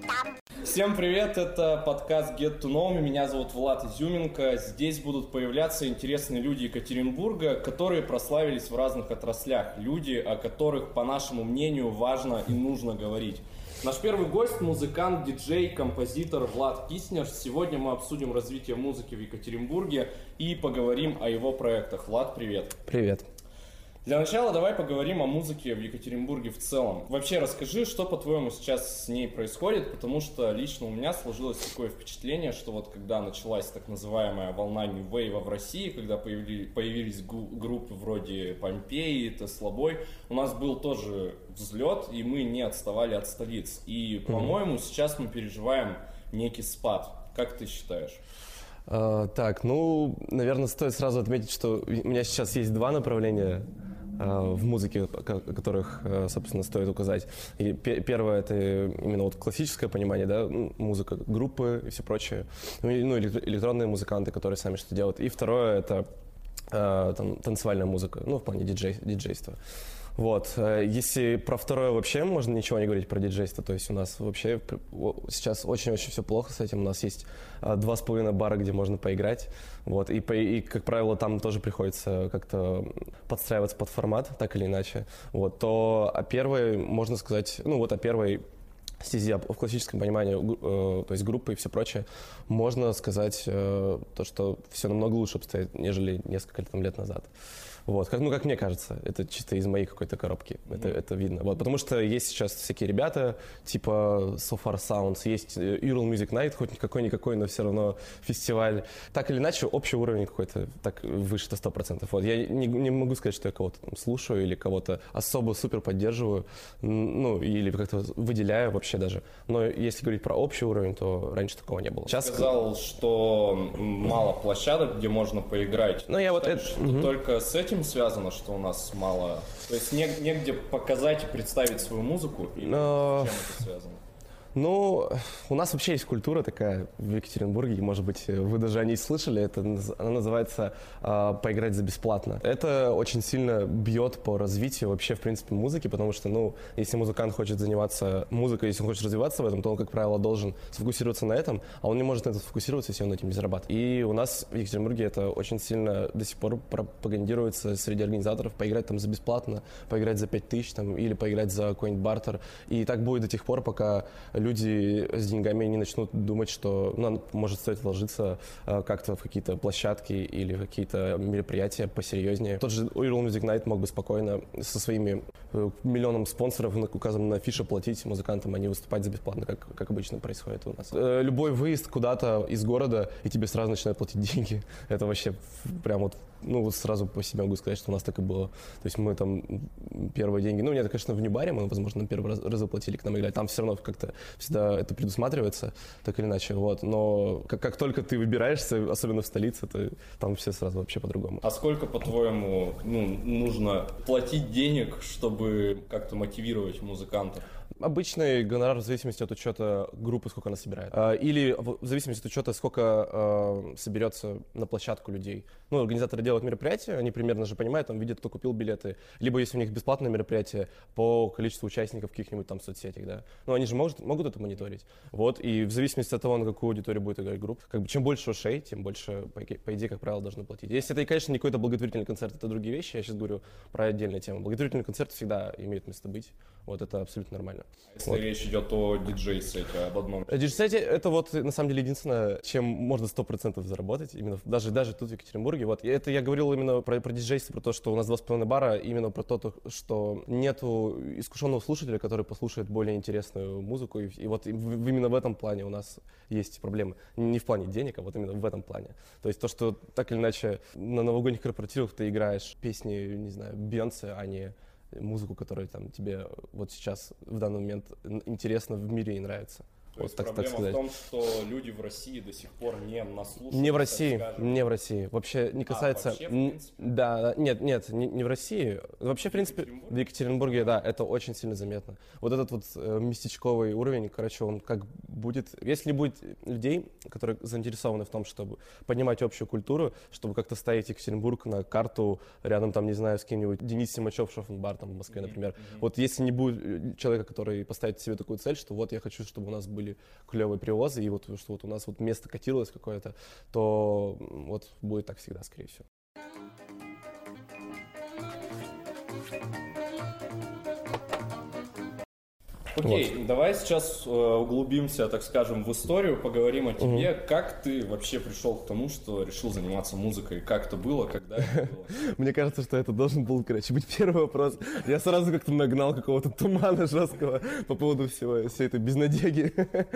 там. Всем привет, это подкаст Get to Know Me, меня зовут Влад Изюменко. Здесь будут появляться интересные люди Екатеринбурга, которые прославились в разных отраслях. Люди, о которых, по нашему мнению, важно и нужно говорить. Наш первый гость – музыкант, диджей, композитор Влад Киснер. Сегодня мы обсудим развитие музыки в Екатеринбурге и поговорим о его проектах. Влад, привет. Привет. Для начала давай поговорим о музыке в Екатеринбурге в целом. Вообще расскажи, что, по-твоему, сейчас с ней происходит, потому что лично у меня сложилось такое впечатление, что вот когда началась так называемая волна New Wave в России, когда появились группы вроде Помпеи, Tesla Boy, у нас был тоже взлет, и мы не отставали от столиц. И, по-моему, сейчас мы переживаем некий спад. Как ты считаешь? Наверное, стоит сразу отметить, что у меня сейчас есть два направления в музыке, о которых, собственно, стоит указать. И первое — это именно вот классическое понимание, да, музыка, группы и все прочее. Электронные музыканты, которые сами что делают. И второе — это танцевальная музыка, в плане диджейства. Вот. Если про второе вообще можно ничего не говорить про диджейство, то есть у нас вообще сейчас очень-очень все плохо с этим. У нас есть 2,5 бара, где можно поиграть. Вот. И, как правило, там тоже приходится как-то подстраиваться под формат, так или иначе. Вот. О первой, можно сказать, о первой стези в классическом понимании, то есть группы и все прочее, можно сказать то, что все намного лучше обстоит, нежели несколько лет назад. Вот, как мне кажется, это чисто из моей какой-то коробки, это видно. Вот, потому что есть сейчас всякие ребята, типа So Far Sounds, есть Ural Music Night, хоть никакой-никакой, но все равно фестиваль. Так или иначе, общий уровень какой-то так выше 100%. Вот, я не могу сказать, что я кого-то там слушаю или кого-то особо супер поддерживаю, или как-то выделяю вообще даже. Но если говорить про общий уровень, то раньше такого не было. Сейчас сказал, что мало площадок, где можно поиграть. Только с этим связано, что у нас мало... То есть негде показать и представить свою музыку? Или с чем это связано? У нас вообще есть культура такая в Екатеринбурге, может быть, вы даже о ней слышали, она называется «поиграть за бесплатно». Это очень сильно бьет по развитию вообще, в принципе, музыки, потому что, если музыкант хочет заниматься музыкой, если он хочет развиваться в этом, то он, как правило, должен сфокусироваться на этом, а он не может на это сфокусироваться, если он этим не зарабатывает. И у нас в Екатеринбурге это очень сильно до сих пор пропагандируется среди организаторов: поиграть там за бесплатно, поиграть за 5000 там, или поиграть за какой-нибудь бартер. И так будет до тех пор, пока люди с деньгами не начнут думать, что может стоит вложиться как-то в какие-то площадки или в какие-то мероприятия посерьезнее. Тот же Ural Music Night мог бы спокойно со своими миллионом спонсоров, указанным на афише, платить музыкантам, а не выступать за бесплатно, как обычно происходит у нас. Любой выезд куда-то из города, и тебе сразу начинают платить деньги. Это вообще прям сразу по себе могу сказать, что у нас так и было. То есть мы там первые деньги, нет, конечно, в Нью-баре мы, возможно, первый раз заплатили, к нам играть. Там все равно как-то всегда это предусматривается, так или иначе, вот. Но как только ты выбираешься, особенно в столице, то там все сразу вообще по-другому. А сколько, по-твоему, нужно платить денег, чтобы как-то мотивировать музыкантов? Обычный гонорар в зависимости от учета группы, сколько она собирает. Или в зависимости от учета, сколько соберется на площадку людей. Организаторы делают мероприятия, они примерно же понимают, видят, кто купил билеты. Либо если у них бесплатное мероприятие, по количеству участников в каких-нибудь там соцсетях, да. Они же могут это мониторить. Вот, и в зависимости от того, на какую аудиторию будет играть группа, чем больше ушей, тем больше, по идее, как правило, должны платить. Если это, конечно, не какой-то благотворительный концерт, это другие вещи, я сейчас говорю про отдельную тему. Благотворительный концерт всегда имеет место быть, вот, это абсолютно нормально. Если речь идет о диджей-сете, об одном. Диджей-сете — это на самом деле единственное, чем можно 100% заработать, именно даже тут в Екатеринбурге. Вот, это я говорил именно про диджейство, про то, что у нас 2,5 бара, именно про то, что нету искушенного слушателя, который послушает более интересную музыку, и вот именно в этом плане у нас есть проблемы. Не в плане денег, а вот именно в этом плане. То есть то, что так или иначе на новогодних корпоративах ты играешь песни, не знаю, Бейонсе, а не музыку, которая тебе вот сейчас в данный момент интересна в мире и нравится. То есть проблема в том, что люди в России до сих пор не наслушаются. Не в России. Вообще не касается... вообще, в принципе? Да, нет, не в России. Вообще, в принципе, в Екатеринбурге, да, это очень сильно заметно. Вот этот местечковый уровень, он как будет... Если не будет людей, которые заинтересованы в том, чтобы поднимать общую культуру, чтобы как-то ставить Екатеринбург на карту рядом, там, не знаю, с кем-нибудь Денис Симачев, Шофенбар, там, в Москве, например. Вот если не будет человека, который поставит себе такую цель, что вот я хочу, чтобы у нас были были клевые привозы, и вот что вот у нас вот место котировалось какое-то, то вот будет так всегда, скорее всего. Окей, давай сейчас углубимся, так скажем, в историю, поговорим о тебе. Как ты вообще пришел к тому, что решил заниматься музыкой? Как это было, когда это было? Мне кажется, что это должен был, короче, быть первый вопрос. Я сразу как-то нагнал какого-то тумана жесткого по поводу всей этой безнадеги.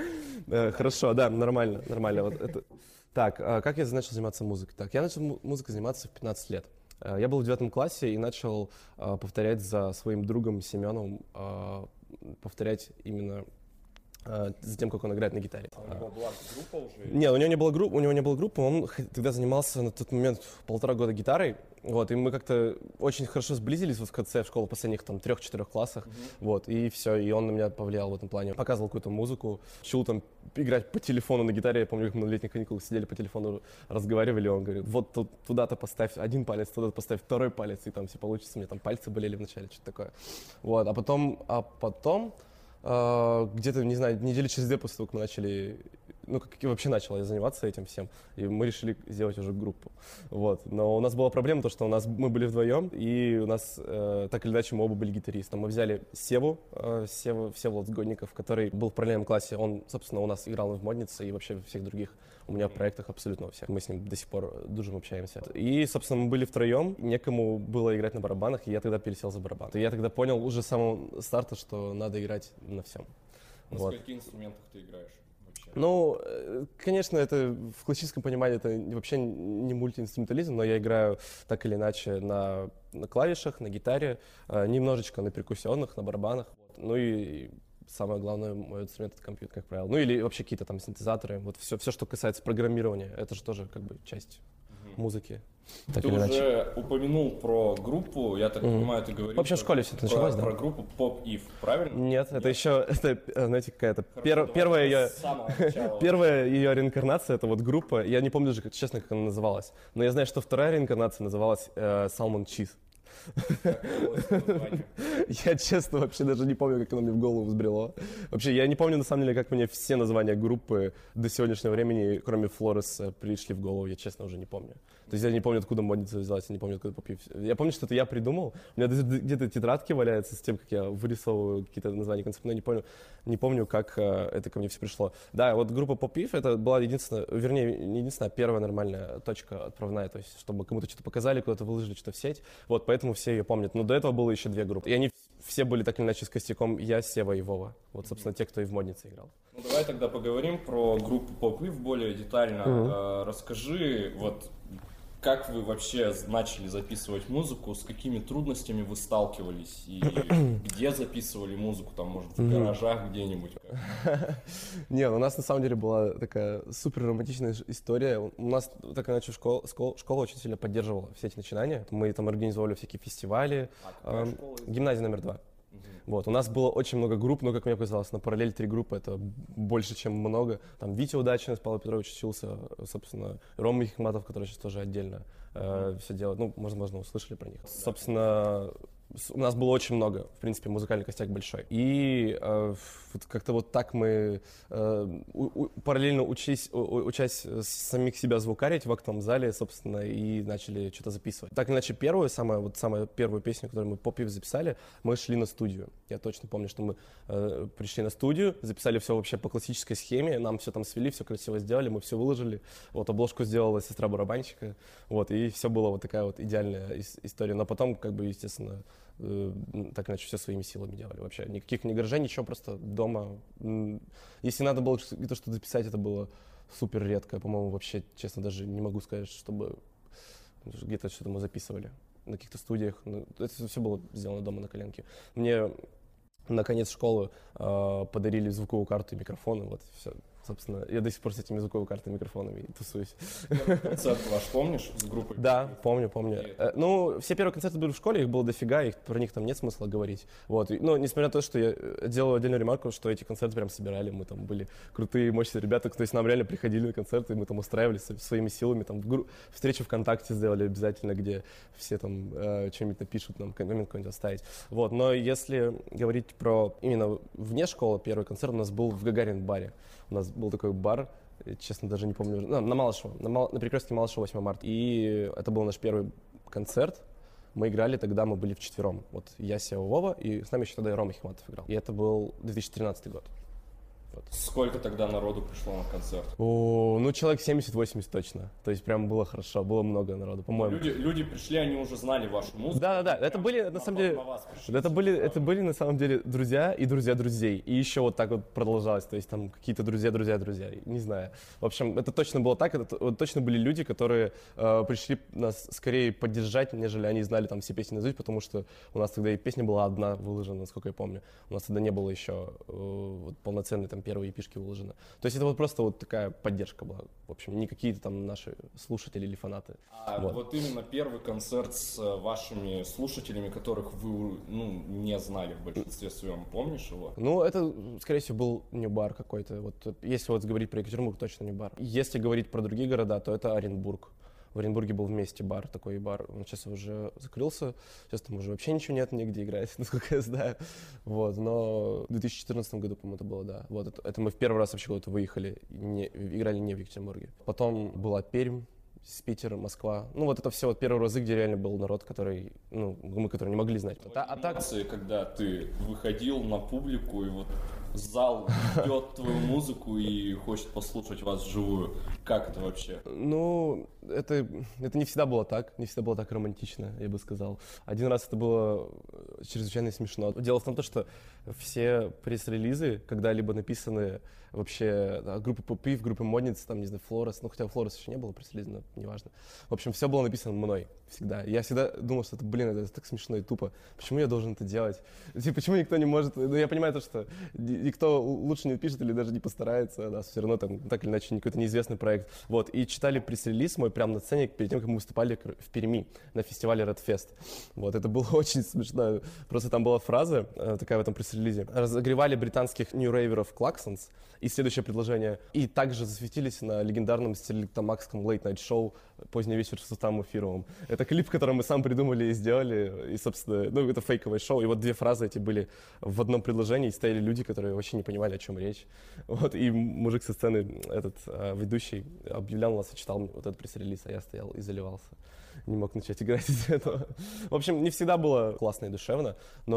Хорошо, да, нормально. Вот это. Так, как я начал заниматься музыкой? Так, я начал музыкой заниматься в 15 лет. Я был в 9 классе и начал повторять за своим другом Семеном, повторять именно за тем, как он играет на гитаре. А у него была группа уже? Нет, у него не было группы, он тогда занимался на тот момент 1,5 года гитарой, вот, и мы как-то очень хорошо сблизились вот в конце школы, в последних там 3-4 классах, вот, и все, и он на меня повлиял в этом плане, показывал какую-то музыку, учил там играть по телефону на гитаре, я помню, как мы на летних каникулах сидели по телефону, разговаривали, он говорит, вот туда-то поставь один палец, туда-то поставь второй палец, и там все получится, у меня там пальцы болели вначале, что-то такое, вот, а потом где-то, не знаю, недели через 2 после того, как мы начали, ну, как вообще начал я заниматься этим всем, и мы решили сделать уже группу, вот. Но у нас была проблема, то, что мы были вдвоем, и у нас, так или иначе, мы оба были гитаристы. Мы взяли Всеволод Сгодников, который был в параллельном классе, он, собственно, у нас играл в моднице и вообще во всех других у меня в проектах абсолютно во всех. Мы с ним до сих пор дружим, общаемся. И, собственно, мы были втроем, некому было играть на барабанах, и я тогда пересел за барабан. И я тогда понял уже с самого старта, что надо играть на всем. На скольких инструментах ты играешь вообще? Ну, конечно, это в классическом понимании это вообще не мультиинструментализм, но я играю так или иначе на клавишах, на гитаре, немножечко на перкуссионных, на барабанах. Ну и самое главное, мой инструмент — это компьютер, как правило. Ну или вообще какие-то там синтезаторы. Вот все, что касается программирования, это же тоже как бы часть музыки. Так ты уже упомянул про группу, я так понимаю, ты говоришь... В общем, в школе все это началось, да? Про группу Pop If, правильно? Нет, это еще, знаете, какая-то первая ее реинкарнация, это вот группа, я не помню даже, честно, как она называлась, но я знаю, что вторая реинкарнация называлась Salmon Cheese. Я, честно, вообще даже не помню, как оно мне в голову взбрело. Вообще, я не помню, на самом деле, как мне все названия группы до сегодняшнего времени, кроме Флорес, пришли в голову. Я, честно, уже не помню. То есть я не помню, откуда модница взялась, я не помню, откуда Pop If. Я помню, что это я придумал. У меня где-то тетрадки валяются с тем, как я вырисовываю какие-то названия концептные. Не помню, как это ко мне все пришло. Да, вот группа Pop If, это была единственная, вернее, не единственная, а первая нормальная точка отправная. То есть, чтобы кому-то что-то показали, куда-то выложили что-то в сеть. Вот, поэтому все ее помнят. Но до этого было еще 2 группы. И они все были так или иначе с костяком я, Сева и Вова. Вот, собственно, те, кто и в моднице играл. Ну, давай тогда поговорим про группу Pop If более детально. Расскажи, вот, как вы вообще начали записывать музыку, с какими трудностями вы сталкивались и где записывали музыку, там, может, в гаражах где-нибудь? Не, у нас на самом деле была такая супер романтичная история. У нас так иначе школа очень сильно поддерживала все эти начинания. Мы там организовали всякие фестивали. Гимназия номер 2. Вот, у нас было очень много групп, но, как мне казалось, на параллель 3 группы — это больше, чем много. Там Витя Удачный с Павлом Петровичем учился, собственно, Рома Хикматов, который сейчас тоже отдельно все делает. Ну, возможно, услышали про них. Собственно, у нас было очень много, в принципе, музыкальный костяк большой. И как-то вот так мы, параллельно учась самих себя звукарить в актовом зале, собственно, и начали что-то записывать. Так или иначе, самую первую песню, которую мы Pop If записали, мы шли на студию. Я точно помню, что мы пришли на студию, записали все вообще по классической схеме, нам все там свели, все красиво сделали, мы все выложили. Вот обложку сделала сестра барабанщика, вот, и все было вот такая вот идеальная история. Но потом, как бы, естественно, так иначе все своими силами делали. Вообще никаких ни гаражей, ничего, просто дома. Если надо было где-то что-то записать, это было супер редко. По-моему, вообще, честно, даже не могу сказать, чтобы где-то что-то мы записывали на каких-то студиях. Это все было сделано дома на коленке. Мне на конец школы подарили звуковую карту и микрофон, и вот все. собственно, я до сих пор с этими звуковыми картами, микрофонами тусуюсь. Концерт ваш помнишь с группой? Да, помню. Ну, все первые концерты были в школе, их было дофига, про них там нет смысла говорить. Вот. Но несмотря на то, что я делал отдельную ремарку, что эти концерты прям собирали, мы там были крутые, мощные ребята, то есть нам реально приходили на концерты, и мы там устраивали своими силами, там встречу ВКонтакте сделали обязательно, где все там что-нибудь напишут, нам коммент какой-нибудь оставить. Вот. Но если говорить про именно вне школы, первый концерт у нас был в Гагарин-баре. У нас был такой бар, честно, даже не помню, на Малышево, на перекрестке Малышево, 8 марта. И это был наш первый концерт. Мы играли тогда, мы были вчетвером. Вот я, Сева, Вова, и с нами еще тогда и Рома Химатов играл. И это был 2013 год. Вот. Сколько тогда народу пришло на концерт? Ну, человек 70-80 точно. То есть прям было хорошо, было много народу, по-моему. Люди пришли, они уже знали вашу музыку. Да. Это были, на самом деле, это были на самом деле друзья и друзья друзей. И еще вот так вот продолжалось. То есть там какие-то друзья. Не знаю. В общем, это точно было так. Это вот, точно были люди, которые пришли нас скорее поддержать, нежели они знали там все песни наизусть, потому что у нас тогда и песня была одна выложена, насколько я помню. У нас тогда не было еще вот, полноценной там первые эпишки выложены. То есть это вот просто вот такая поддержка была. В общем, не какие-то там наши слушатели или фанаты. Вот именно первый концерт с вашими слушателями, которых вы не знали в большинстве своем, помнишь его? Ну, это, скорее всего, был не бар какой-то. Вот, если вот говорить про Екатеринбург, точно не бар. Если говорить про другие города, то это Оренбург. В Оренбурге был вместе бар, такой бар. Он сейчас уже закрылся. Сейчас там уже вообще ничего нет, негде играть, насколько я знаю. Вот, но в 2014 году, по-моему, это было, да. Вот это мы в первый раз вообще куда-то выехали, играли не в Екатеринбурге. Потом была Пермь, с Питера, Москва. Ну, вот это все вот первые разы, где реально был народ, который, мы, которые не могли знать. Эмоции, когда ты выходил на публику, и вот зал ждет твою музыку и хочет послушать вас вживую. Как это вообще? Ну, это не всегда было так, романтично, я бы сказал. Один раз это было чрезвычайно смешно. Дело в том, что все пресс-релизы, когда-либо написаны вообще группы Попив, группы Модниц, там, не знаю, Флорес, хотя у Флорес еще не было пресс-релиза, но неважно. В общем, все было написано мной всегда. Я всегда думал, что это так смешно и тупо. Почему я должен это делать? Почему никто не может? Ну, я понимаю то, что никто лучше не пишет или даже не постарается, у нас все равно там так или иначе какой-то неизвестный проект. Вот, и читали пресс-релиз мой прямо на сцене перед тем, как мы выступали в Перми на фестивале Red Fest. Вот, это было очень смешно. Просто там была фраза такая в этом пресс-релизе. Разогревали британских нью-рейверов Клаксонс. И следующее предложение. И также засветились на легендарном стилектомакском лейт-найт-шоу «Поздний вечер с Устамом Эфировым». Это клип, который мы сам придумали и сделали. И, собственно, это фейковое шоу. И вот две фразы эти были в одном предложении. И стояли люди, которые вообще не понимали, о чем речь. Вот, и мужик со сцены, этот ведущий, объявлял нас и читал вот этот пресс-релиз, а я стоял и заливался. Не мог начать играть из-за этого. В общем, не всегда было классно и душевно,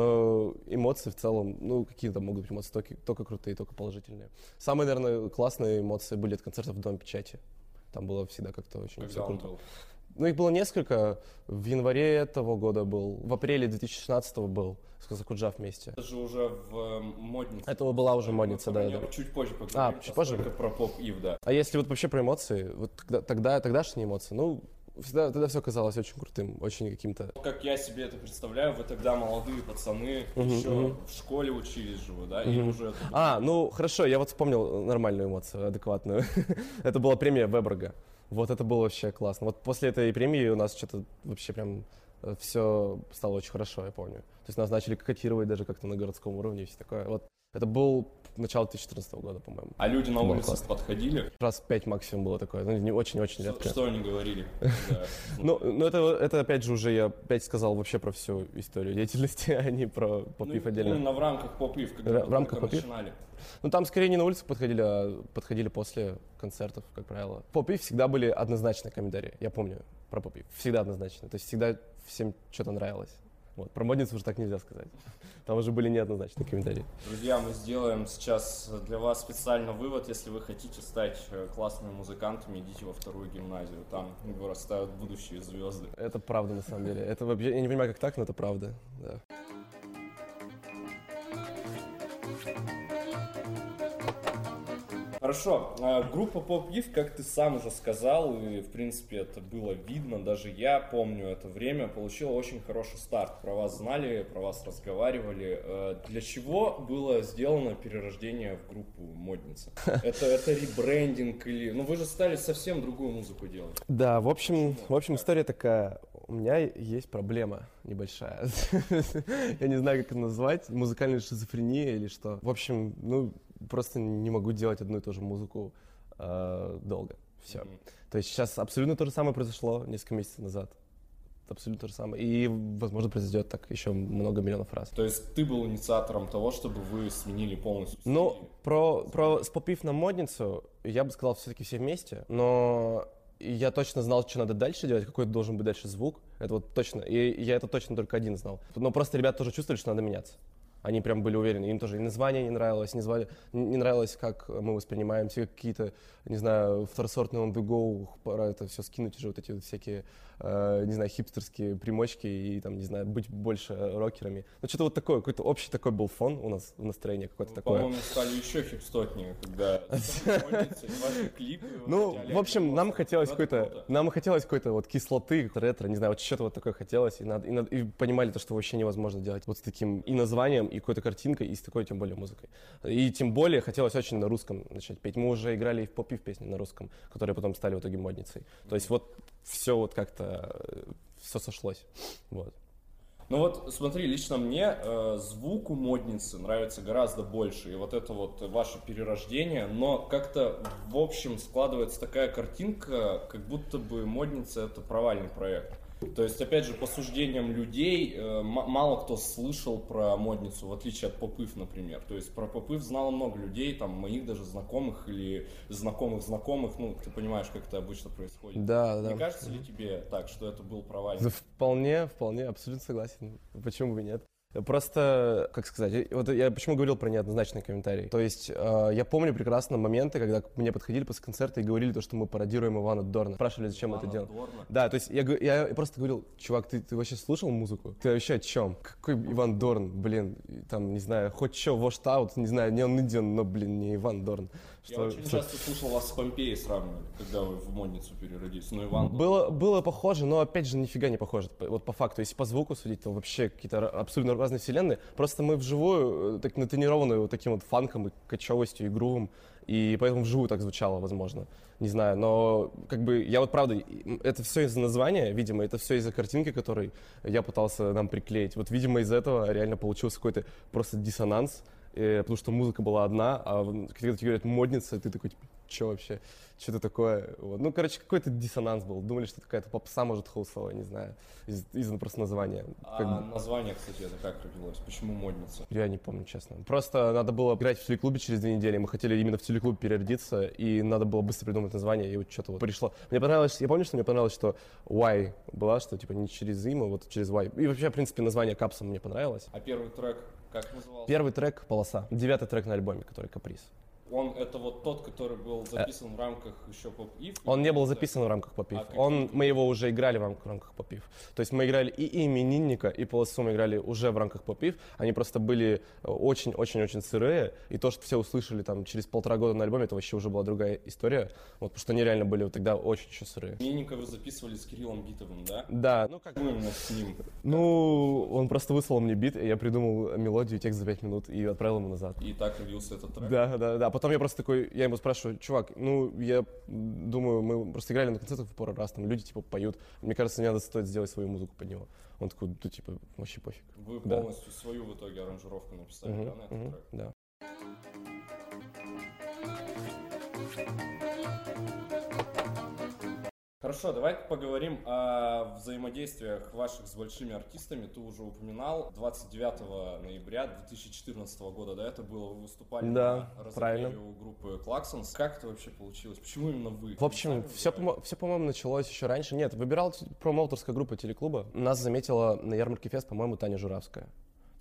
но эмоции в целом, какие-то могут быть эмоции только крутые, только положительные. Самые, наверное, классные эмоции были от концертов в Доме печати. Там было всегда как-то очень все круто. Их было несколько. В январе этого года был, в апреле 2016 был с Казакуджа вместе. Это же уже в Моднице. Это была уже Модница, да. Чуть позже поговорим. Чуть позже? Про поп-ив, да. А если вот вообще про эмоции, вот тогдашние эмоции, тогда все казалось очень крутым, очень каким-то... Как я себе это представляю, вы тогда молодые пацаны, еще в школе учились же вы, да? И уже... Хорошо, я вот вспомнил нормальную эмоцию, адекватную. Это была премия Веберга. Вот это было вообще классно. Вот после этой премии у нас что-то вообще прям все стало очень хорошо, я помню. То есть нас начали кокетировать даже как-то на городском уровне и все такое. Вот это был начало 2014 года, по-моему. А люди на улице подходили? Раз 5 максимум было такое, не очень-очень редко. Что они говорили? Это опять же уже я опять сказал вообще про всю историю деятельности, а не про поп-ив отдельно. Именно в рамках поп-ив, когда в рамках поп-ив начинали. Там скорее не на улице подходили, а подходили после концертов, как правило. Поп-ив всегда были однозначные комментарии, я помню про поп-ив. Всегда однозначно, то есть всегда всем что-то нравилось. Вот. Про Модницу уже так нельзя сказать. Там уже были неоднозначные комментарии. Друзья, мы сделаем сейчас для вас специально вывод. Если вы хотите стать классными музыкантами, идите во вторую гимназию. Там вырастают будущие звезды. Это правда, на самом деле. Это вообще, я не понимаю, как так, но это правда. Да. Хорошо. Группа Поп-Ив, как ты сам уже сказал, и в принципе это было видно, даже я помню это время, получила очень хороший старт. Про вас знали, про вас разговаривали. Для чего было сделано перерождение в группу Модница? Это ребрендинг или... Ну вы же стали совсем другую музыку делать. Да, в общем, история такая. У меня есть проблема небольшая. Я не знаю, как это назвать. Музыкальная шизофрения или что. В общем, просто не могу делать одну и ту же музыку долго. Все. То есть сейчас абсолютно то же самое произошло несколько месяцев назад. Абсолютно то же самое. И, возможно, произойдет так еще много миллионов раз. То есть ты был инициатором того, чтобы вы сменили полностью стиль? Ну, с Поп-Ив на Модницу я бы сказал все-таки все вместе, но я точно знал, что надо дальше делать, какой должен быть дальше звук. Это вот точно. И я это точно только один знал. Но просто ребята тоже чувствовали, что надо меняться. Они прям были уверены. Им тоже и название не нравилось, не нравилось, как мы воспринимаем все какие-то, не знаю, второсортные on the go, пора это все скинуть уже, вот эти вот всякие, не знаю, хипстерские примочки и там, не знаю, быть больше рокерами. Ну, что-то вот такое, какой-то общий такой был фон у нас в настроении какое-то такое. По-моему, стали еще хипстотнее, когда ваши клипы. Ну, в общем, нам хотелось какой-то вот кислоты, ретро, не знаю, вот что-то вот такое хотелось, и понимали то, что вообще невозможно делать вот с таким и названием, и какой-то картинкой, и с такой, тем более, музыкой. И тем более хотелось очень на русском начать петь. Мы уже играли и в Поп-Ив песни на русском, которые потом стали в итоге Модницей. То есть вот все вот как-то, все сошлось. Вот. Ну вот, смотри, лично мне звук у Модницы нравится гораздо больше, и вот это вот ваше перерождение, но как-то в общем складывается такая картинка, как будто бы Модница — это провальный проект. То есть, опять же, по суждениям людей, мало кто слышал про Модницу, в отличие от Поп-Ив, например. То есть, про Поп-Ив знало много людей, там, моих даже знакомых или знакомых, ну, ты понимаешь, как это обычно происходит. Да. Не кажется ли тебе так, что это был провальный? Вполне, абсолютно согласен. Почему бы и нет? Просто, как сказать, вот я почему говорил про неоднозначные комментарии. То есть я помню прекрасно моменты, когда ко мне подходили после концерта и говорили то, что мы пародируем Ивана Дорна. Спрашивали, зачем мы это делаем. Да, то есть я просто говорил: чувак, ты вообще слушал музыку? Ты вообще о чем? Какой Иван Дорн? Блин, там, не знаю, хоть что, Washed Out, не знаю, не он Идион, но, блин, не Иван Дорн. Я очень часто слушал вас с Помпеей сравнивали, когда вы в Модницу переродились. Ну, Иван Дорн. Было похоже, но опять же нифига не похоже. Вот по факту, если по звуку судить, то вообще какие-то абсолютно разные вселенные. Просто мы вживую так натренированы вот таким вот фанком и кочевостью, и грувом, и поэтому вживую так звучало, возможно. Не знаю, но как бы я вот правда, это все из-за названия, видимо, это все из-за картинки, которую я пытался нам приклеить. Вот, видимо, из этого реально получился какой-то просто диссонанс, потому что музыка была одна, а когда тебе говорят «Модница», ты такой, типа, что вообще, что это такое? Вот. Ну, короче, какой-то диссонанс был. Думали, что какая-то попса, может, хаусовая, не знаю, из-за просто названия. Название, кстати, это как родилось? Почему Модница? Я не помню, честно. Просто надо было играть в телеклубе через 2 недели, мы хотели именно в телеклуб переродиться, и надо было быстро придумать название, и вот что-то вот пришло. Мне понравилось, я помню, что мне понравилось, что Y была, что типа не через им, а вот через Y. И вообще, в принципе, название Капсом мне понравилось. А первый трек как назывался? Первый трек «Полоса». 9-й трек на альбоме, который «Каприз». Он это вот тот, который был записан в рамках еще Поп-Ив? Он не был записан в рамках Поп-Ив. Мы его уже играли в рамках Поп-Ив. То есть мы играли и именинника, и полосу мы играли уже в рамках Поп-Ив. Они просто были очень-очень-очень сырые. И то, что все услышали там через 1,5 года на альбоме, это вообще уже была другая история. Вот, потому что они реально были вот тогда очень еще сырые. Именинника вы записывали с Кириллом Битовым, да? Да. Ну, как именно с ним? Ну, он просто выслал мне бит, и я придумал мелодию, текст за 5 минут и отправил ему назад. И так родился этот трек? Да. Потом я просто такой, я ему спрашиваю: чувак, ну, я думаю, мы просто играли на концертах в пару раз, там люди, типа, поют. Мне кажется, мне стоит сделать свою музыку под него. Он такой: ну, типа, вообще пофиг. Вы полностью свою в итоге аранжировку написали, да, на этот трек? Да. Хорошо, давай поговорим о взаимодействиях ваших с большими артистами. Ты уже упоминал, 29 ноября 2014 года, да, это было, вы выступали на разогреве у группы Клаксонс. Как это вообще получилось? Почему именно вы? В общем, все, по-моему, началось еще раньше. Нет, выбирал промоутерская группа телеклуба. Нас заметила на ярмарке Фест, по-моему, Таня Журавская.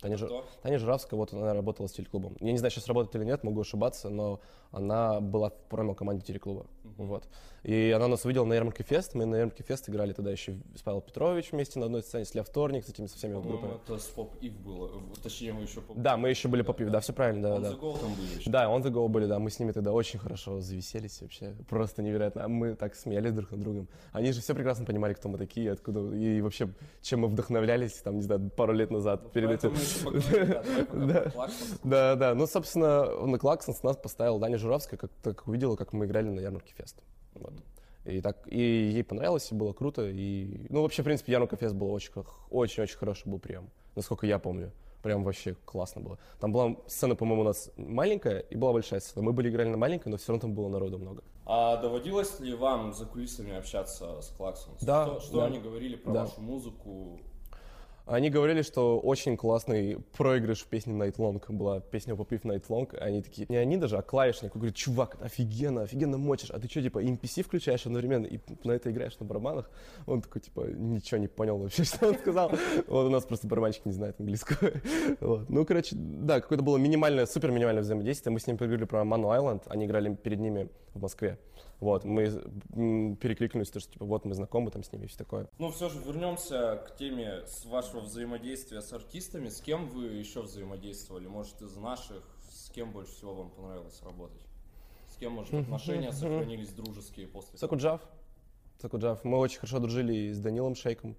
Кто? Таня Журавская, вот она работала с телеклубом. Я не знаю, сейчас работает или нет, могу ошибаться, но она была в промо-команде телеклуба. Вот. И она нас увидела на ярмарке Фест. Мы на ярмарке Фест играли тогда еще с Павел Петрович вместе на одной сцене, с Ля Вторник, с этими со всеми По-моему, группами. это с Поп-Ив было. Точнее, мы еще Поп. Да, мы еще были Поп-Ив, да, все правильно, да, On да. the Go там были еще. Да, On the Go были, да, мы с ними тогда очень хорошо завеселись вообще, просто невероятно. А мы так смеялись друг над другом. Они же все прекрасно понимали, кто мы такие, откуда, и вообще, чем мы вдохновлялись, там, не знаю, пару лет назад, перед этим. Мы еще поговорим, да, давай пока про Клаксонс. Да, да, ну, собственно, на Клаксонс нас поставила Таня Журавская, как увидела, как мы играли на ярмарке Фест. Вот. И ей понравилось, и было круто, и, ну, вообще, в принципе, ярмарка Фест был очень-очень хороший был прием, насколько я помню. Прям вообще классно было. Там была сцена, по-моему, у нас маленькая и была большая сцена. Мы играли на маленькой, но все равно там было народу много. А доводилось ли вам за кулисами общаться с Клаксонс? Да. Что они говорили про вашу музыку? Они говорили, что очень классный проигрыш в песне Night Long. Была песня Попив Night Long. Они такие, не они даже, а клавишник. Говорит, чувак, офигенно мочишь. А ты что, типа, MPC включаешь одновременно и на это играешь на барабанах? Он такой, типа, ничего не понял вообще, что он сказал. Вот у нас просто барабанщик не знает английского. Ну, короче, да, какое-то было супер минимальное взаимодействие. Мы с ними поговорили про Manu Island. Они играли перед ними в Москве. Вот, мы перекликнулись, что, типа, вот мы знакомы там с ними и все такое. Ну, все же вернемся к теме с вашего взаимодействия с артистами. С кем вы еще взаимодействовали? Может, из наших? С кем больше всего вам понравилось работать? С кем, может, отношения сохранились дружеские после? Сакуджав. Мы очень хорошо дружили с Данилом Шейком.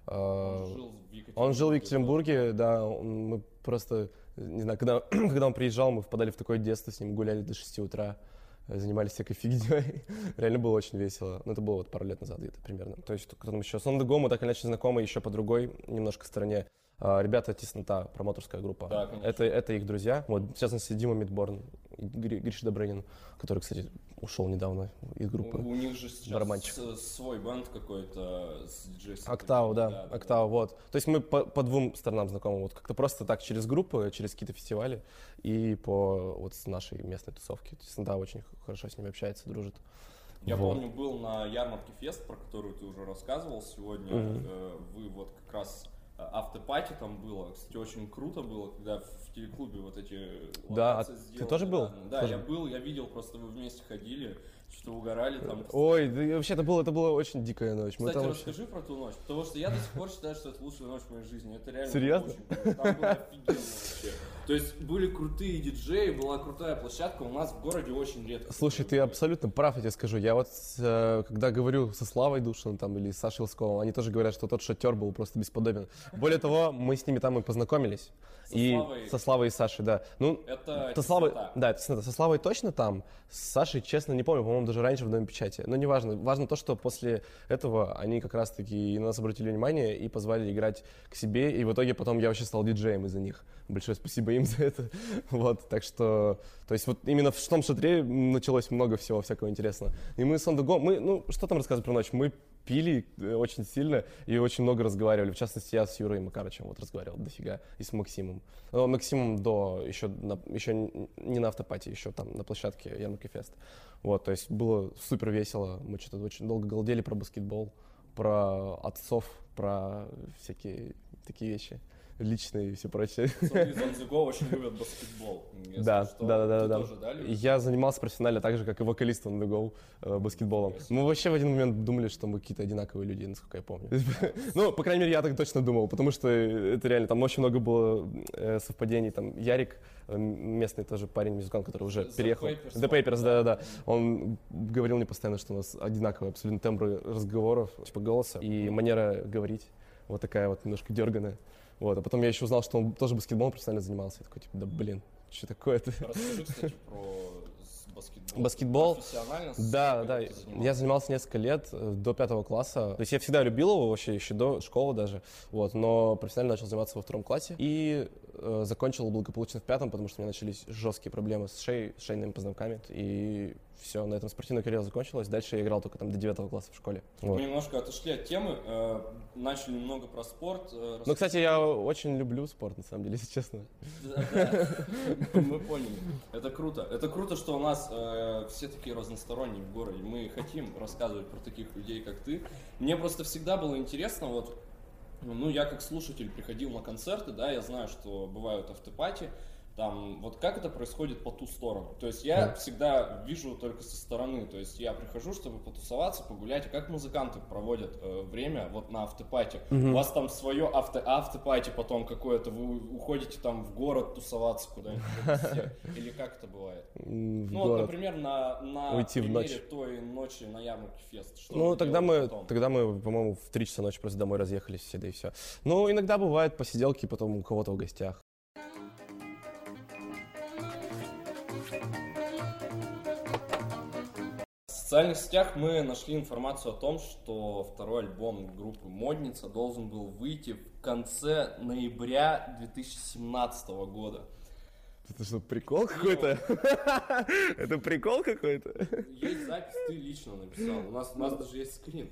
Он жил в Екатеринбурге, да. Мы просто, не знаю, когда он приезжал, мы впадали в такое детство, с ним гуляли до 6 утра. Занимались всякой фигней. Реально было очень весело. Но это было вот пару лет назад где-то примерно. То есть кто там еще? С On The Go мы так или иначе знакомы еще по другой немножко стороне. Ребята Теснота, промоторская группа. Да, это их друзья. Вот, в частности, Дима Мидборн, Гриша Добрынин, который, кстати, ушел недавно из группы. У них же сейчас барабанщик. свой бенд какой-то с диджей-сетом. Октау, да, Октау, вот. То есть мы по двум сторонам знакомы. Вот как-то просто так через группы, через какие-то фестивали и по вот с нашей местной тусовки. Теснота очень хорошо с ними общается, дружит. Я помню, был на ярмарке Фест, про которую ты уже рассказывал сегодня. Вы вот как раз автопати там было. Кстати, очень круто было, когда в телеклубе вот эти локации сделали. Ты тоже был? Да, я был, я видел, просто вы вместе ходили, что-то угорали там. Ой, да, вообще это было очень дикая ночь. Кстати, расскажи про ту ночь, потому что я до сих пор считаю, что это лучшая ночь в моей жизни. Это реально серьезно? Очень круто. Там было офигенно вообще. То есть были крутые диджеи, была крутая площадка, у нас в городе очень редко. Слушай, ты абсолютно прав, я тебе скажу. Я вот, когда говорю со Славой Душиным там, или с Сашей Лысковым, они тоже говорят, что тот шатер был просто бесподобен. Более того, мы с ними там и познакомились. Со Славой и Сашей, да. Ну, это Слава, да, Теснота. Со Славой точно там, с Сашей, честно, не помню, по-моему, даже раньше в Доме печати. Но неважно. Важно то, что после этого они как раз-таки на нас обратили внимание и позвали играть к себе. И в итоге потом я вообще стал диджеем из-за них. Большое спасибо им за это. Вот, так что, то есть вот именно в том шатре началось много всего всякого интересного. И мы с On The Go, ну, что там рассказывать про ночь? Мы пили очень сильно и очень много разговаривали. В частности, я с Юрой Макарычем вот разговаривал дофига и с Максимом. Но Максимом еще не на автопате, еще там на площадке ярмарки Фест. Вот, то есть было супер весело. Мы что-то очень долго галдели про баскетбол, про отцов, про всякие такие вещи. Личные и все прочее. Из On The Go очень любят баскетбол. Да. Тоже, да, я занимался профессионально так же, как и вокалист On The Go баскетболом. Мы вообще в один момент думали, что мы какие-то одинаковые люди, насколько я помню. Ну, по крайней мере, я так точно думал, потому что это реально, там очень много было совпадений. Там Ярик, местный тоже парень-музыкант, который уже переехал. The Papers, да. Он говорил мне постоянно, что у нас одинаковые абсолютно тембры разговоров, типа голоса и манера говорить. Вот такая вот немножко дерганая. Вот, а потом я еще узнал, что он тоже баскетболом профессионально занимался. Я такой, типа, да блин, что такое-то? Расскажи, кстати, про баскетбол. Баскетбол? Профессионально? Да. Я занимался несколько лет, до 5 класса. То есть я всегда любил его вообще, еще до школы даже. Вот, но профессионально начал заниматься во 2 классе. И закончил благополучно в 5, потому что у меня начались жесткие проблемы с шеей, с шейными позвонками. И все, на этом спортивная карьера закончилась. Дальше я играл только там до 9 класса в школе. Мы немножко отошли от темы, начали немного про спорт. Ну, кстати, я очень люблю спорт, на самом деле, если честно. Да, мы поняли. Это круто. Это круто, что у нас все такие разносторонние в городе. Мы хотим рассказывать про таких людей, как ты. Мне просто всегда было интересно, вот Ну, я как слушатель приходил на концерты, да, я знаю, что бывают автопати, там, вот как это происходит по ту сторону? То есть я всегда вижу только со стороны, то есть я прихожу, чтобы потусоваться, погулять, а как музыканты проводят время вот на автопати? У вас там свое автопати потом какое-то, вы уходите там в город тусоваться куда-нибудь, или как это бывает? Ну, вот, например, на Уйти в ночь. примере той ночи на Ярмарке Фест. Что Ну, вы тогда делаете мы, потом? по-моему, в 3 часа ночи просто домой разъехались все, да и все. Ну, иногда бывают посиделки потом у кого-то в гостях. В социальных сетях мы нашли информацию о том, что второй альбом группы Модница должен был выйти в конце ноября 2017 года. Это что, прикол какой-то? Это прикол какой-то? Есть запись, ты лично написал. У нас даже есть скрин.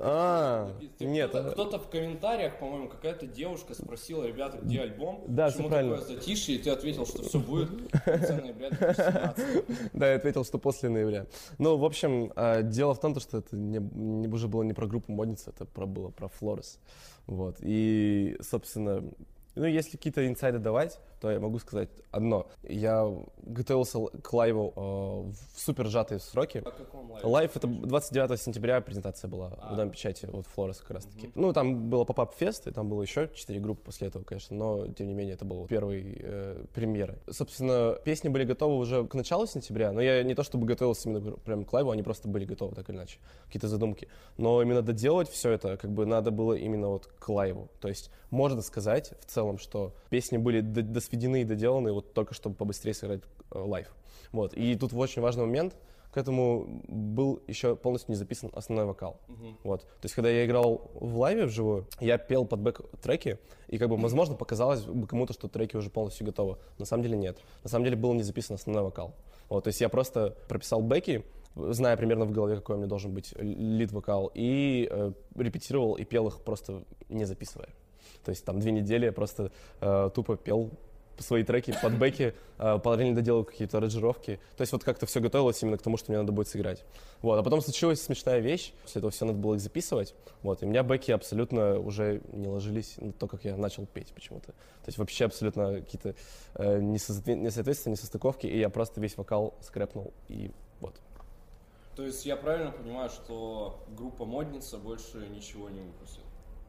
Нет. Кто-то в комментариях, по-моему, какая-то девушка спросила: ребята, где альбом? Да, Почему всё правильно. такое затишье? И ты ответил, что все будет в конце ноября 2017. Да, я ответил, что после ноября. Ну, в общем, дело в том, что это уже было не про группу Модница, это было про Flores. Вот. И, собственно, ну, если какие-то инсайды давать, то я могу сказать одно. Я готовился к лайву в супер сжатые сроки. О каком лайве? Лайв — это 29 сентября презентация была в Доме печати, вот Флорес как раз таки. Ну, там было поп-ап-фест, и там было еще 4 группы после этого, конечно, но, тем не менее, это был первый премьера. Собственно, песни были готовы уже к началу сентября, но я не то чтобы готовился именно прям к лайву, они просто были готовы, так или иначе, какие-то задумки. Но именно доделать все это, как бы, надо было именно вот к лайву. То есть, можно сказать в целом, что песни были досведены и доделаны вот только чтобы побыстрее сыграть лайв. Вот. И тут очень важный момент. К этому был еще полностью не записан основной вокал. Вот. То есть, когда я играл в лайве вживую, я пел под бэк-треки, и, как бы, возможно, показалось бы кому-то, что треки уже полностью готовы. На самом деле нет. На самом деле был не записан основной вокал. Вот. То есть, я просто прописал бэки, зная примерно в голове, какой у меня должен быть лид-вокал, и репетировал и пел их просто не записывая. То есть, там 2 недели я просто тупо пел свои треки под бэки, параллельно доделал какие-то аранжировки. То есть вот как-то все готовилось именно к тому, что мне надо будет сыграть. Вот. А потом случилась смешная вещь, после этого все надо было их записывать. Вот. И у меня бэки абсолютно уже не ложились на то, как я начал петь почему-то. То есть вообще абсолютно какие-то несоответствия, несостыковки, и я просто весь вокал скрэпнул, и вот. То есть я правильно понимаю, что группа Модница больше ничего не выпустит?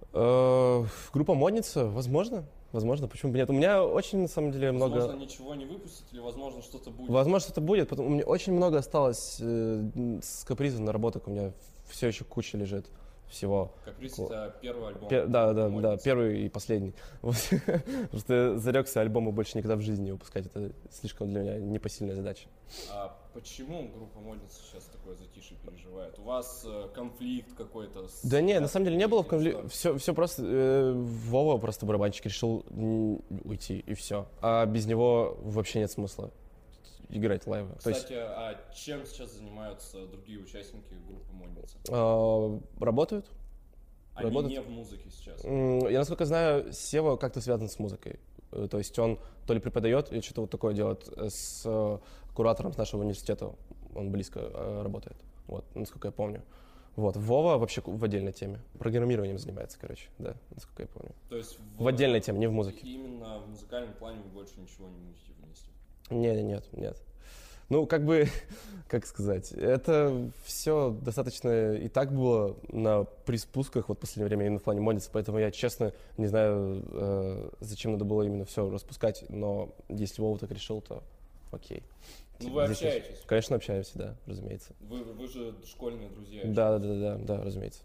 Группа Модница, возможно. Возможно, почему бы нет. У меня очень, на самом деле, много... Возможно, ничего не выпустить, или, возможно, что-то будет? Возможно, что-то будет. У меня очень много осталось с капризов наработок. У меня все еще куча лежит всего. Каприз — это первый альбом? Да, первый и последний. Вот. Потому что я зарекся альбомы больше никогда в жизни не выпускать. Это слишком для меня непосильная задача. А почему группа Модница сейчас такое затишье переживает? У вас конфликт какой-то? Да нет, на самом деле не было конфликта. Все просто... Вова, просто барабанщик, решил уйти, и все. А без него вообще нет смысла играть лайвы. Кстати, а чем сейчас занимаются другие участники группы Модница? Работают. Они не в музыке сейчас? Я, насколько знаю, Сева как-то связан с музыкой. То есть он то ли преподает, или что-то вот такое делает с куратором с нашего университета. Он близко работает, вот, насколько я помню. Вот. Вова вообще в отдельной теме. Программированием занимается, короче, да, насколько я помню. То есть в отдельной теме, не в музыке. Именно в музыкальном плане вы больше ничего не мутите вместе? Нет. Ну, как бы, как сказать, это все достаточно и так было на приспусках вот в последнее время именно в плане Модницы, поэтому я, честно, не знаю, зачем надо было именно все распускать, но если Вова так решил, то окей. Ну, вы общаетесь? Конечно, общаемся, да, разумеется. Вы же школьные друзья? Да, разумеется.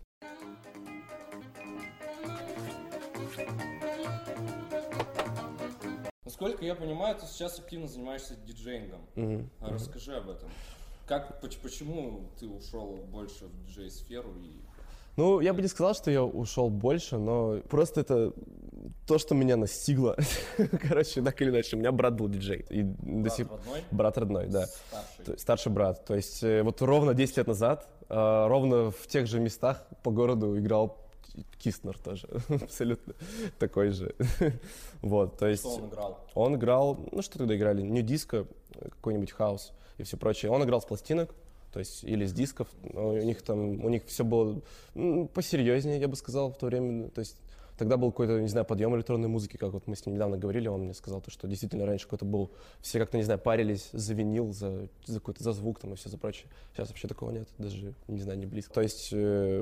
Насколько я понимаю, ты сейчас активно занимаешься диджеингом. Расскажи об этом. Почему ты ушел больше в диджей-сферу? Ну, я бы не сказал, что я ушел больше, но просто это то, что меня настигло. Короче, так или иначе, у меня брат был диджей. Родной? Брат родной, да. Старший брат. То есть вот ровно 10 лет назад, ровно в тех же местах по городу играл Кистнер тоже, абсолютно такой же. Вот, то есть... Что он играл? Он играл, ну что тогда играли, нью-диско, какой-нибудь хаус и все прочее. Он играл с пластинок, то есть или с дисков, но у них все было посерьезнее, я бы сказал, в то время. То есть тогда был какой-то, не знаю, подъем электронной музыки, как вот мы с ним недавно говорили, он мне сказал, то, что действительно раньше какой-то был, все как-то, не знаю, парились за винил, за какой-то, за звук там и все за прочее. Сейчас вообще такого нет, даже, не знаю, не близко. То есть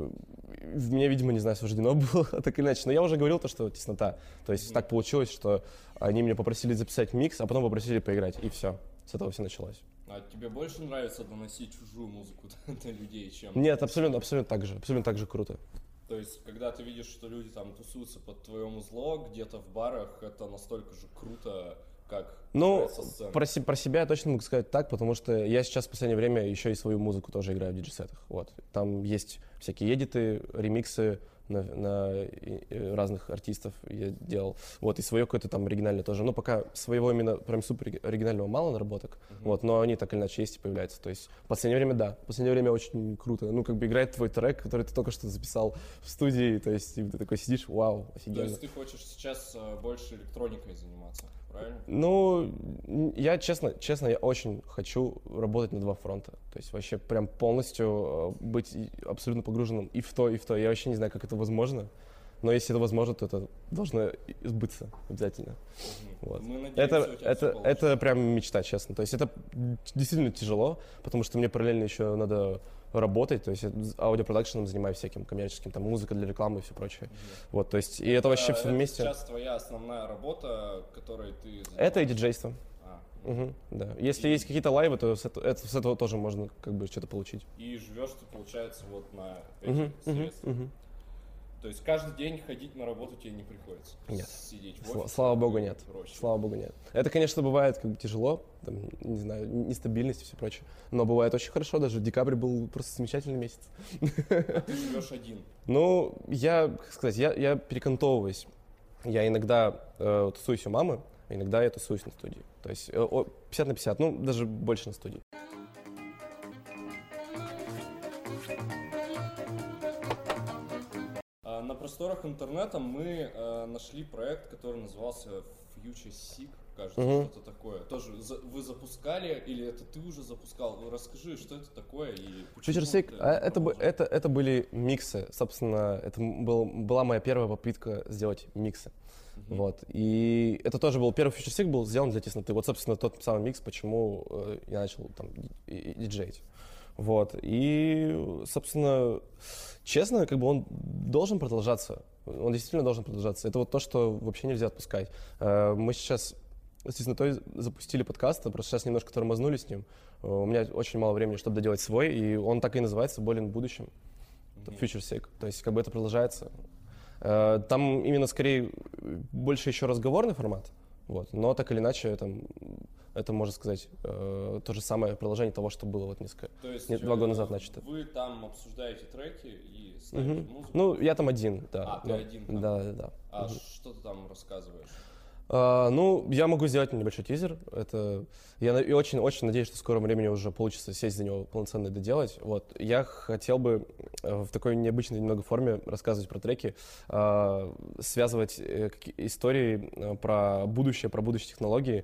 мне, видимо, не знаю, суждено было так или иначе, но я уже говорил то, что теснота. То есть так получилось, что они меня попросили записать микс, а потом попросили поиграть, и все. С этого все началось. А тебе больше нравится доносить чужую музыку до людей, чем... Нет, абсолютно так же круто. То есть, когда ты видишь, что люди там тусуются под твое музло, где-то в барах, это настолько же круто, как Ну, со сцены. про себя я точно могу сказать так, потому что я сейчас в последнее время еще и свою музыку тоже играю в диджей-сетах. Вот. Там есть всякие эдиты, ремиксы на разных артистов я делал. Вот, и свое какое-то там оригинальное тоже. Но пока своего именно прям супер оригинального мало наработок, вот, но они так или иначе есть и появляются. То есть в последнее время, да, в последнее время очень круто. Ну, как бы играет твой трек, который ты только что записал в студии, то есть ты такой сидишь, вау, офигенно. То есть ты хочешь сейчас больше электроникой заниматься, правильно? Ну, я честно, я очень хочу работать на два фронта. То есть вообще прям полностью быть абсолютно погруженным и в то, и в то. Я вообще не знаю, как это возможно, но если это возможно, то это должно сбыться обязательно. Вот. Мы надеемся, Это прям мечта, честно. То есть это действительно тяжело, потому что мне параллельно еще надо работать, то есть аудиопродакшеном занимаюсь всяким коммерческим, там музыка для рекламы и все прочее. Вот, то есть и это вообще все вместе. Сейчас твоя основная работа, которой ты занимаешься? Это и диджейство. Да. Если есть какие-то лайвы, то с этого тоже можно как бы что-то получить. И живешь ты, получается, вот на этих средствах. То есть каждый день ходить на работу тебе не приходится? Нет. Сидеть в офисе? Слава богу, нет. Проще. Слава богу, нет. Это, конечно, бывает как бы тяжело, там, не знаю, нестабильность и все прочее. Но бывает очень хорошо, даже декабрь был просто замечательный месяц. А ты живешь один? Ну, как сказать, я перекантовываюсь. Я иногда тусуюсь у мамы, а иногда я тусуюсь на студии. То есть 50 на 50, ну, даже больше на студии. На просторах интернета мы нашли проект, который назывался Future Seek, кажется, что-то такое. Тоже вы запускали или это ты уже запускал? Расскажи, что это такое и почему? Future Seek, это были миксы. Собственно, это была моя первая попытка сделать миксы. Вот. И это тоже был первый Future Seek, был сделан для тесноты. Вот, собственно, тот самый микс, почему я начал там диджеить. Вот. И, собственно, честно, как бы он должен продолжаться. Он действительно должен продолжаться. Это вот то, что вообще нельзя отпускать. Мы сейчас с теснотой запустили подкаст, просто сейчас немножко тормознули с ним. У меня очень мало времени, чтобы доделать свой, и он так и называется «Болен в будущем». Future Seek. То есть как бы это продолжается. Там именно скорее больше еще разговорный формат. Вот. Но так или иначе, это можно сказать, то же самое продолжение того, что было вот несколько, то есть, 2 года назад начато. Вы там обсуждаете треки и ставите музыку? Ну, я там один, да. Ты один там? Да. А что ты там рассказываешь? Ну, я могу сделать небольшой тизер. Я очень надеюсь, что в скором времени уже получится сесть за него полноценно и доделать. Вот. Я хотел бы в такой необычной немного форме рассказывать про треки, связывать истории про будущее технологии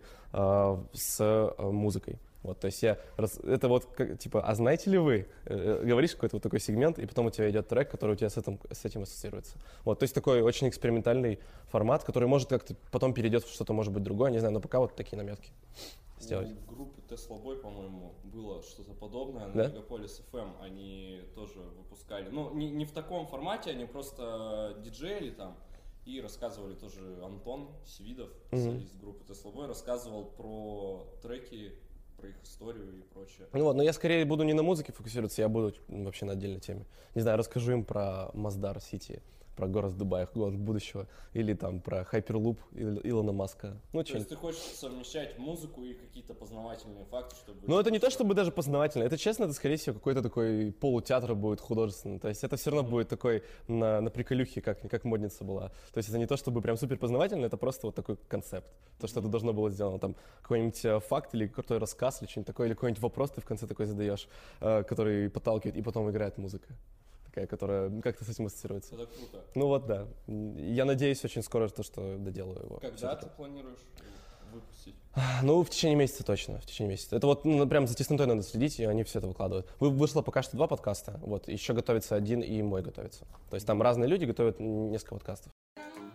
с музыкой. Вот, то есть это вот как, типа, а знаете ли вы, говоришь какой-то вот такой сегмент, и потом у тебя идет трек, который у тебя с этим ассоциируется. Вот, то есть такой очень экспериментальный формат, который может как-то потом перейдет в что-то, может быть, другое, не знаю, но пока вот такие наметки сделать. У группы Tesla Boy, по-моему, было что-то подобное на Да? Мегаполис FM, они тоже выпускали, ну, не в таком формате, они просто диджеяли там, и рассказывали тоже Антон Свидов, солист группы Tesla Boy, рассказывал про треки, про их историю и прочее. Ну вот, но я скорее буду не на музыке фокусироваться, я буду вообще на отдельной теме. Не знаю, расскажу им про Масдар Сити, про город Дубай, город будущего, или там про Hyperloop Илона Маска. Ну, то есть ты хочешь совмещать музыку и какие-то познавательные факты, чтобы... Ну, это не то, чтобы даже познавательно. Это, честно, это, скорее всего, какой-то такой полутеатр будет художественный. То есть это все равно будет такой на приколюхе, как модница была. То есть это не то, чтобы прям супер познавательно, это просто вот такой концепт. То, что это должно было сделано. Там какой-нибудь факт или крутой рассказ, или что-нибудь такое, или какой-нибудь вопрос ты в конце такой задаешь, который подталкивает, и потом играет музыка, которая как-то с этим ассоциируется. Это круто. Ну вот, да. Я надеюсь очень скоро, что доделаю его. Когда ты планируешь выпустить? Ну, в течение месяца точно, в течение месяца. Это вот прям за теснотой надо следить, и они все это выкладывают. Вышло пока что 2 подкаста, вот, еще готовится 1, и мой готовится. То есть там разные люди готовят несколько подкастов.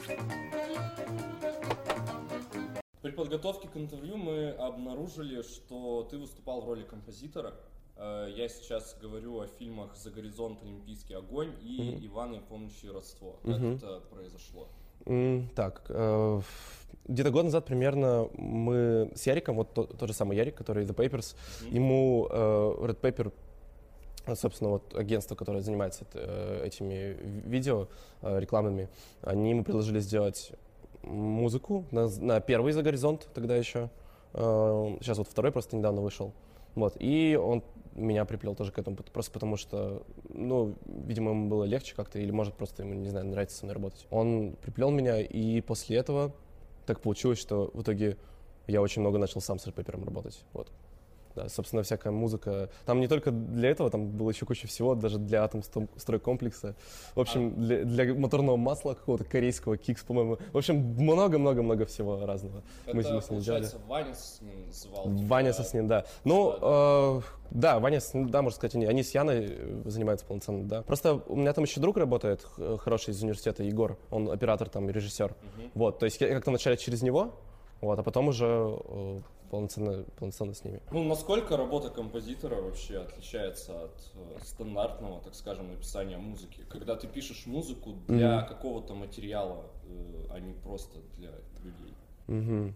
При подготовке к интервью мы обнаружили, что ты выступал в роли композитора. Я сейчас говорю о фильмах «За горизонт», «Олимпийский огонь» и «Иван Непомнящий родство». Как это произошло? Так, где-то год назад примерно мы с Яриком, вот тот же самый Ярик, который The Papers, ему Red Paper, собственно, вот агентство, которое занимается этими видео рекламными, они ему предложили сделать музыку на первый «За горизонт» тогда еще. Сейчас вот второй просто недавно вышел. Вот, и он меня приплел тоже к этому, просто потому что, ну, видимо, ему было легче как-то, или, может, просто ему, не знаю, нравится со мной работать. Он приплел меня, и после этого так получилось, что в итоге я очень много начал сам с Red Paper'ом работать, вот. Да, собственно, всякая музыка. Там не только для этого, там было еще куча всего, даже для атомстройкомплекса. В общем, для моторного масла какого-то корейского, Кикс, по-моему. В общем, много-много-много всего разного. Это, мы с ним получается, Ваня с ним называл? Ваня с ним, да. Ну, да, Ваня, да, можно сказать, они с Яной занимаются полноценно, да. Просто у меня там еще друг работает, хороший из университета, Егор. Он оператор там и режиссер. Вот, то есть я как-то вначале через него, вот, а потом уже полноценно с ними. Ну, насколько работа композитора вообще отличается от стандартного, так скажем, написания музыки? Когда ты пишешь музыку для какого-то материала, а не просто для людей?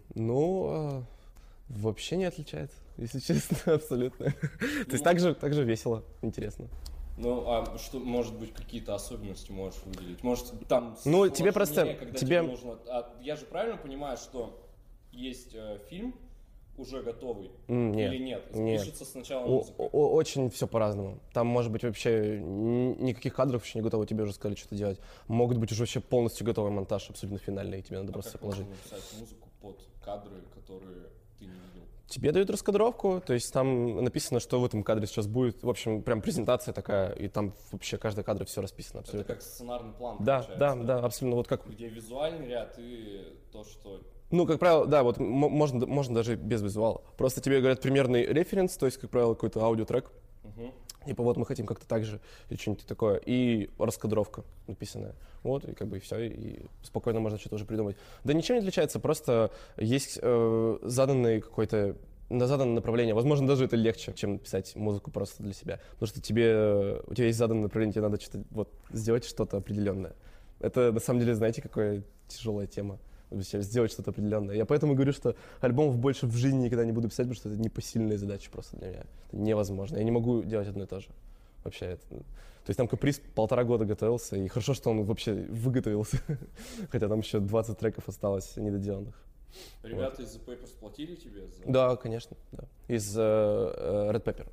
Ну, вообще не отличается, если честно, абсолютно. То есть так же весело, интересно. Ну, а что, может быть, какие-то особенности можешь выделить? Может, там... Ну, тебе просто... Когда тебе нужно... я же правильно понимаю, что есть фильм, уже готовый, или нет? Пишется сначала музыка? Очень все по-разному. Там может быть вообще никаких кадров еще не готово, тебе уже сказали, что делать. Могут быть уже вообще полностью готовый монтаж, абсолютно финальный, и тебе надо просто положить. Как можно написать музыку под кадры, которые ты не видел? Тебе дают раскадровку, то есть там написано, что в этом кадре сейчас будет. В общем, прям презентация такая, и там вообще каждый кадр все расписано абсолютно. Это как сценарный план, да, получается? Да, абсолютно. Вот как... Где визуальный ряд и то, что... Ну, как правило, да, вот можно даже без визуала. Просто тебе говорят примерный референс, то есть, как правило, какой-то аудиотрек. Типа вот мы хотим как-то так же, или что-нибудь такое. И раскадровка написанная. Вот, и как бы и все, и спокойно можно что-то уже придумать. Да ничем не отличается, просто есть заданный какой-то на заданное направление. Возможно, даже это легче, чем писать музыку просто для себя. Потому что у тебя есть заданное направление, тебе надо что-то, вот, сделать что-то определенное. Это, на самом деле, знаете, какая тяжелая тема. Сделать что-то определенное. Я поэтому говорю, что альбомов больше в жизни никогда не буду писать, потому что это непосильная задача просто для меня. Это невозможно. Я не могу делать одно и то же. Вообще. То есть там каприз 1,5 года готовился, и хорошо, что он вообще выготовился. Хотя там еще 20 треков осталось недоделанных. Ребята из The Papers платили тебе за... Да, конечно. Да. Из Red Paper.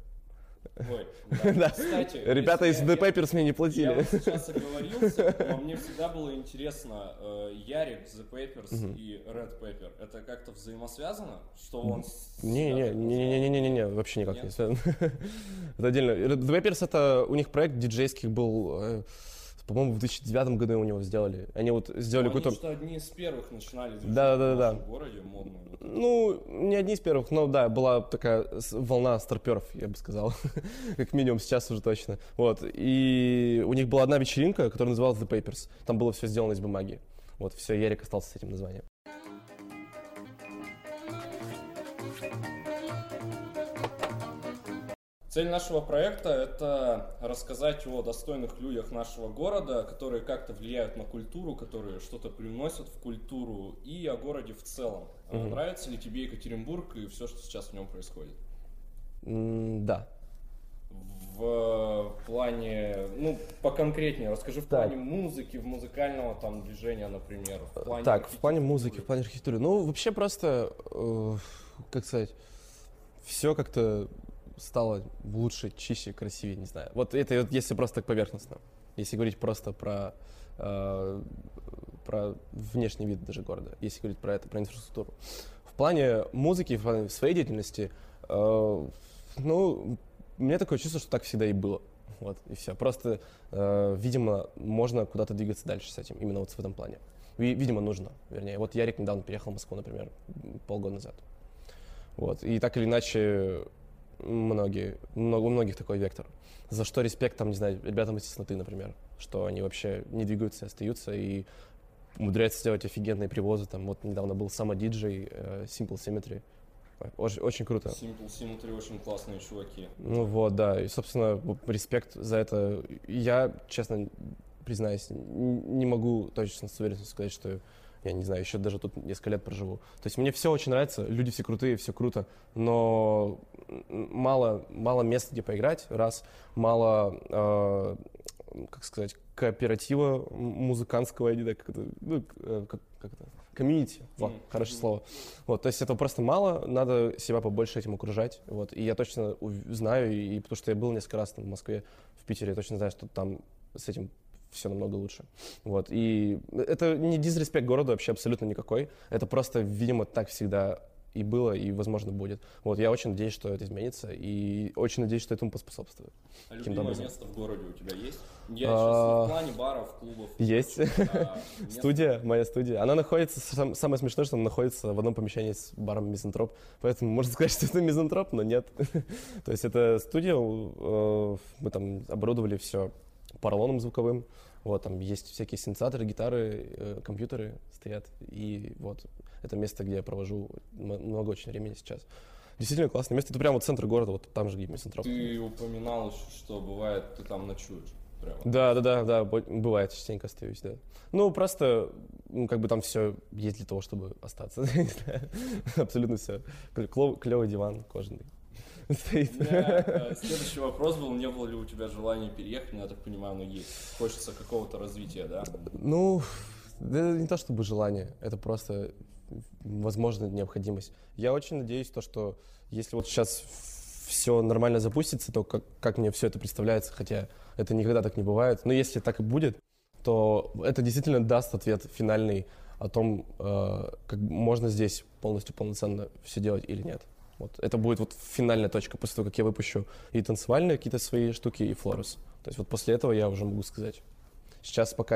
Ой, да. Кстати, ребята из The Papers мне не платили. Я вот сейчас оговорился, но мне всегда было интересно, Ярик, The Papers и Red Paper, это как-то взаимосвязано? Что он... Не, вообще никак не связано. Это отдельно. The Papers — это у них проект диджейский был... По-моему, в 2009 году у него сделали. Они вот сделали какой-то... Они что, одни из первых начинали в нашем городе модно. Ну, не одни из первых, но да, была такая волна старперов, я бы сказал. Как минимум, сейчас уже точно. Вот. И у них была одна вечеринка, которая называлась The Papers. Там было все сделано из бумаги. Вот, все, Ярик остался с этим названием. Цель нашего проекта – это рассказать о достойных людях нашего города, которые как-то влияют на культуру, которые что-то привносят в культуру, и о городе в целом. Нравится ли тебе Екатеринбург и все, что сейчас в нем происходит? Да. В плане, ну, поконкретнее, расскажи в плане музыки, в музыкального там движения, например. В плане музыки, в плане архитектуры. Ну, вообще просто, как сказать, все как-то стало лучше, чище, красивее, не знаю. Вот это вот если просто так поверхностно. Если говорить просто про внешний вид даже города, если говорить про это, про инфраструктуру. В плане музыки, в плане своей деятельности, ну, у меня такое чувство, что так всегда и было. Вот, и все. Просто, видимо, можно куда-то двигаться дальше с этим, именно вот в этом плане. Видимо, нужно, вернее. Вот Ярик недавно переехал в Москву, например, полгода назад. Вот, и так или иначе, у многих такой вектор. За что респект, там, не знаю, ребятам из Тесноты, например, что они вообще не двигаются, остаются и умудряются сделать офигенные привозы. Там вот недавно был Sama DJ, Simple Symmetry. Очень круто. Simple Symmetry очень классные чуваки. Ну вот, да. И, собственно, респект за это. Я, честно признаюсь, не могу точно с уверенностью сказать, что я не знаю, еще даже тут несколько лет проживу. То есть мне все очень нравится, люди все крутые, все круто, но мало мест, где поиграть, раз, мало, как сказать, кооператива музыкантского, я не знаю, как это, ну, как это, комьюнити, хорошее слово. Вот, то есть этого просто мало, надо себя побольше этим окружать, вот, и я точно знаю, и потому что я был несколько раз там в Москве, в Питере, я точно знаю, что там с этим все намного лучше. Вот. И это не дизреспект городу вообще абсолютно никакой. Это просто, видимо, так всегда и было, и, возможно, будет. Вот. Я очень надеюсь, что это изменится, и очень надеюсь, что этому поспособствует. А любимое место в городе у тебя есть? Я сейчас не в плане баров, клубов. Есть. Студия, моя студия. Она находится, самое смешное, что она находится в одном помещении с баром Мизантроп. Поэтому можно сказать, что это Мизантроп, но нет. То есть это студия, мы там оборудовали все поролоном звуковым, вот, там есть всякие синтезаторы, гитары, компьютеры стоят, и вот, это место, где я провожу много очень времени сейчас. Действительно классное место, это прямо вот центр города, вот там же, где Мизантроп. Ты упоминал еще, что бывает, ты там ночуешь. Прямо. Да, бывает, частенько остаюсь, да. Ну, просто, как бы там все есть для того, чтобы остаться, абсолютно все. Клевый диван кожаный. У меня следующий вопрос был, не было ли у тебя желания переехать, но я так понимаю, оно есть. Хочется какого-то развития, да? Ну, это не то чтобы желание, это просто, возможно, необходимость. Я очень надеюсь, что если вот сейчас все нормально запустится, то как мне все это представляется, хотя это никогда так не бывает, но если так и будет, то это действительно даст ответ финальный о том, как можно здесь полностью полноценно все делать или нет. Вот. Это будет вот финальная точка после того, как я выпущу и танцевальные какие-то свои штуки, и Флорус. То есть вот после этого я уже могу сказать. Сейчас пока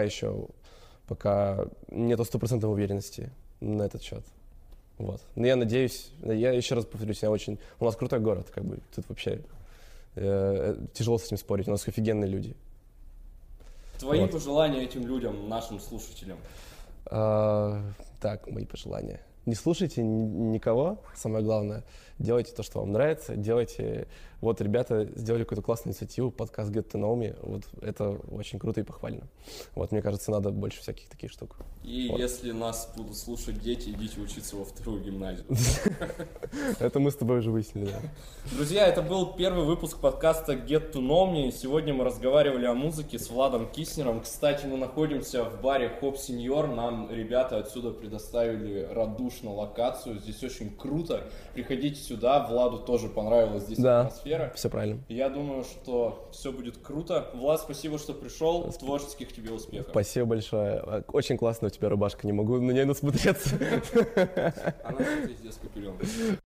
нету 100% уверенности на этот счет. Вот. Но я надеюсь, я еще раз повторюсь, у нас крутой город, как бы, тут вообще тяжело с этим спорить, у нас офигенные люди. Твои пожелания этим людям, нашим слушателям? Так, мои пожелания. Не слушайте никого, самое главное, делайте то, что вам нравится, делайте... Вот ребята сделали какую-то классную инициативу, подкаст Get to Know Me, вот это очень круто и похвально. Вот, мне кажется, надо больше всяких таких штук. И вот. Если нас будут слушать дети, идите учиться во вторую гимназию. Это мы с тобой уже выяснили, да. Друзья, это был первый выпуск подкаста Get to Know Me. Сегодня мы разговаривали о музыке с Владом Киснером. Кстати, мы находимся в баре Хоп Сеньор. Нам ребята отсюда предоставили радушно локацию. Здесь очень круто. Приходите сюда. Владу тоже понравилась здесь атмосфера. Все правильно. Я думаю, что все будет круто. Влад, спасибо, что пришел. Творческих тебе успехов. Спасибо большое. Очень классная у тебя рубашка. Не могу на ней насмотреться. Она здесь с капюлем.